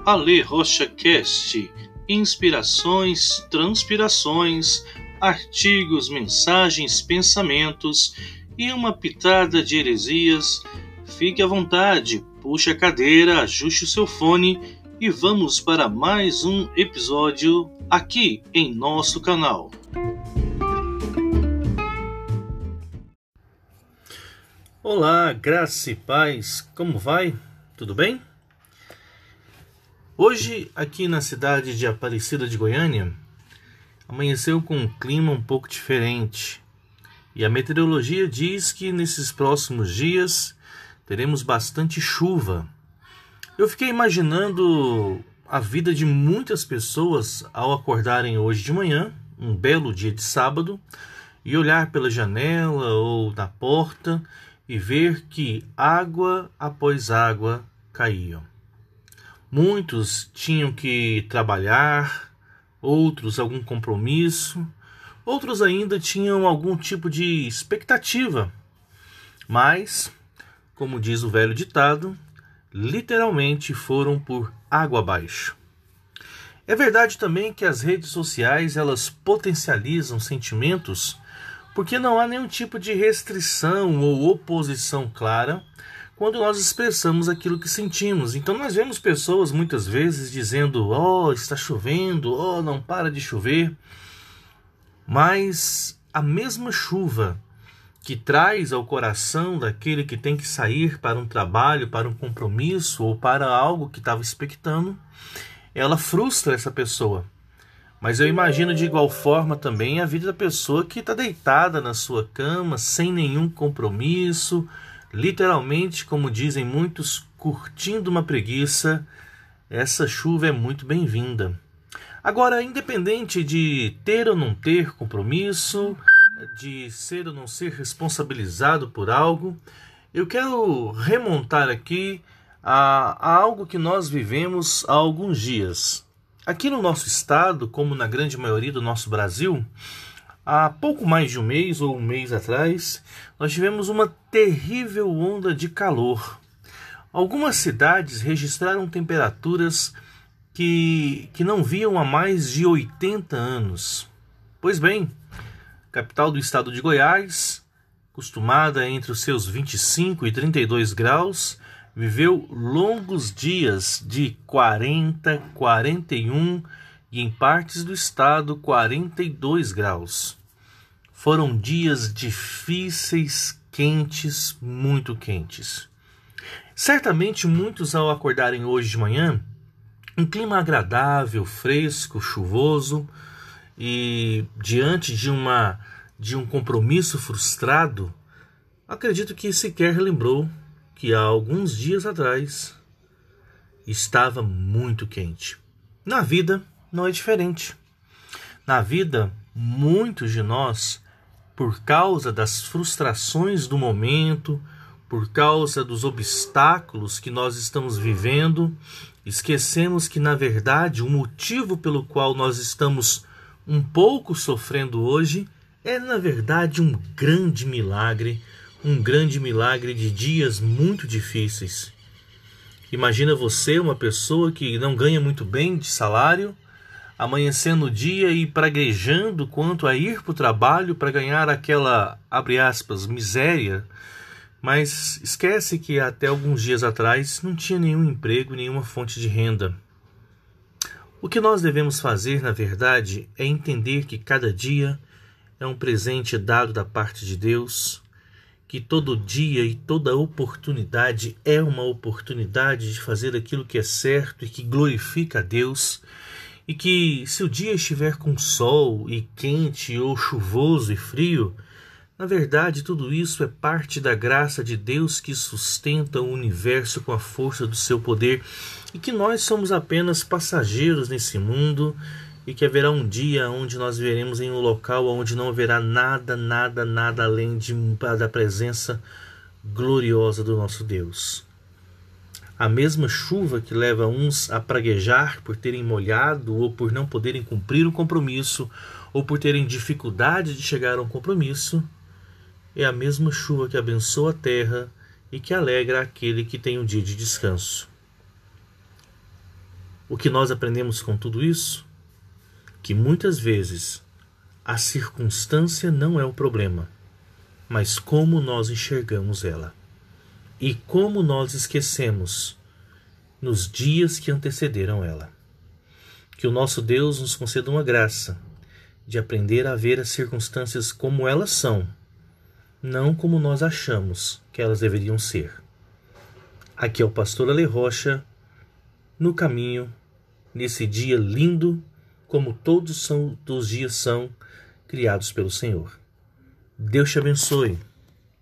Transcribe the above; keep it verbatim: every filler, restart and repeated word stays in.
Ale Rocha Cast, inspirações, transpirações, artigos, mensagens, pensamentos e uma pitada de heresias. Fique à vontade, puxe a cadeira, ajuste o seu fone e vamos para mais um episódio aqui em nosso canal. Olá, graça e paz, como vai? Tudo bem? Hoje, aqui na cidade de Aparecida de Goiânia, amanheceu com um clima um pouco diferente. E a meteorologia diz que nesses próximos dias teremos bastante chuva. Eu fiquei imaginando a vida de muitas pessoas ao acordarem hoje de manhã, um belo dia de sábado, e olhar pela janela ou na porta e ver que água após água caíam. Muitos tinham que trabalhar, outros algum compromisso, outros ainda tinham algum tipo de expectativa. Mas, como diz o velho ditado, literalmente foram por água abaixo. É verdade também que as redes sociais elas potencializam sentimentos porque não há nenhum tipo de restrição ou oposição clara quando nós expressamos aquilo que sentimos. Então nós vemos pessoas muitas vezes dizendo, oh, está chovendo, oh, não para de chover. Mas a mesma chuva que traz ao coração daquele que tem que sair para um trabalho, para um compromisso ou para algo que estava expectando, ela frustra essa pessoa. Mas eu imagino de igual forma também a vida da pessoa que está deitada na sua cama, sem nenhum compromisso, literalmente, como dizem muitos, curtindo uma preguiça. Essa chuva é muito bem-vinda. Agora, independente de ter ou não ter compromisso, de ser ou não ser responsabilizado por algo, eu quero remontar aqui a, a algo que nós vivemos há alguns dias. Aqui no nosso estado, como na grande maioria do nosso Brasil, há pouco mais de um mês ou um mês atrás, nós tivemos uma terrível onda de calor. Algumas cidades registraram temperaturas que, que não viam há mais de oitenta anos. Pois bem, capital do estado de Goiás, acostumada entre os seus vinte e cinco e trinta e dois graus, viveu longos dias de quarenta, quarenta e um e em partes do estado quarenta e dois graus. Foram dias difíceis, quentes, muito quentes. Certamente muitos ao acordarem hoje de manhã, um clima agradável, fresco, chuvoso e diante de, uma, de um compromisso frustrado, acredito que sequer lembrou que há alguns dias atrás estava muito quente. Na vida não é diferente. Na vida, muitos de nós, por causa das frustrações do momento, por causa dos obstáculos que nós estamos vivendo, esquecemos que, na verdade, o motivo pelo qual nós estamos um pouco sofrendo hoje é, na verdade, um grande milagre, um grande milagre de dias muito difíceis. Imagina você, uma pessoa que não ganha muito bem de salário, amanhecendo o dia e praguejando quanto a ir para o trabalho para ganhar aquela, abre aspas, miséria, mas esquece que até alguns dias atrás não tinha nenhum emprego, nenhuma fonte de renda. O que nós devemos fazer, na verdade, é entender que cada dia é um presente dado da parte de Deus, que todo dia e toda oportunidade é uma oportunidade de fazer aquilo que é certo e que glorifica a Deus, e que se o dia estiver com sol e quente ou chuvoso e frio, na verdade tudo isso é parte da graça de Deus que sustenta o universo com a força do seu poder e que nós somos apenas passageiros nesse mundo e que haverá um dia onde nós veremos em um local onde não haverá nada, nada, nada além de, da presença gloriosa do nosso Deus. A mesma chuva que leva uns a praguejar por terem molhado ou por não poderem cumprir um compromisso ou por terem dificuldade de chegar a um compromisso, é a mesma chuva que abençoa a terra e que alegra aquele que tem um dia de descanso. O que nós aprendemos com tudo isso? Que muitas vezes a circunstância não é o problema, mas como nós enxergamos ela. E como nós esquecemos nos dias que antecederam ela. Que o nosso Deus nos conceda uma graça de aprender a ver as circunstâncias como elas são, não como nós achamos que elas deveriam ser. Aqui é o pastor Ale Rocha, no caminho, nesse dia lindo, como todos são, os dias são criados pelo Senhor. Deus te abençoe.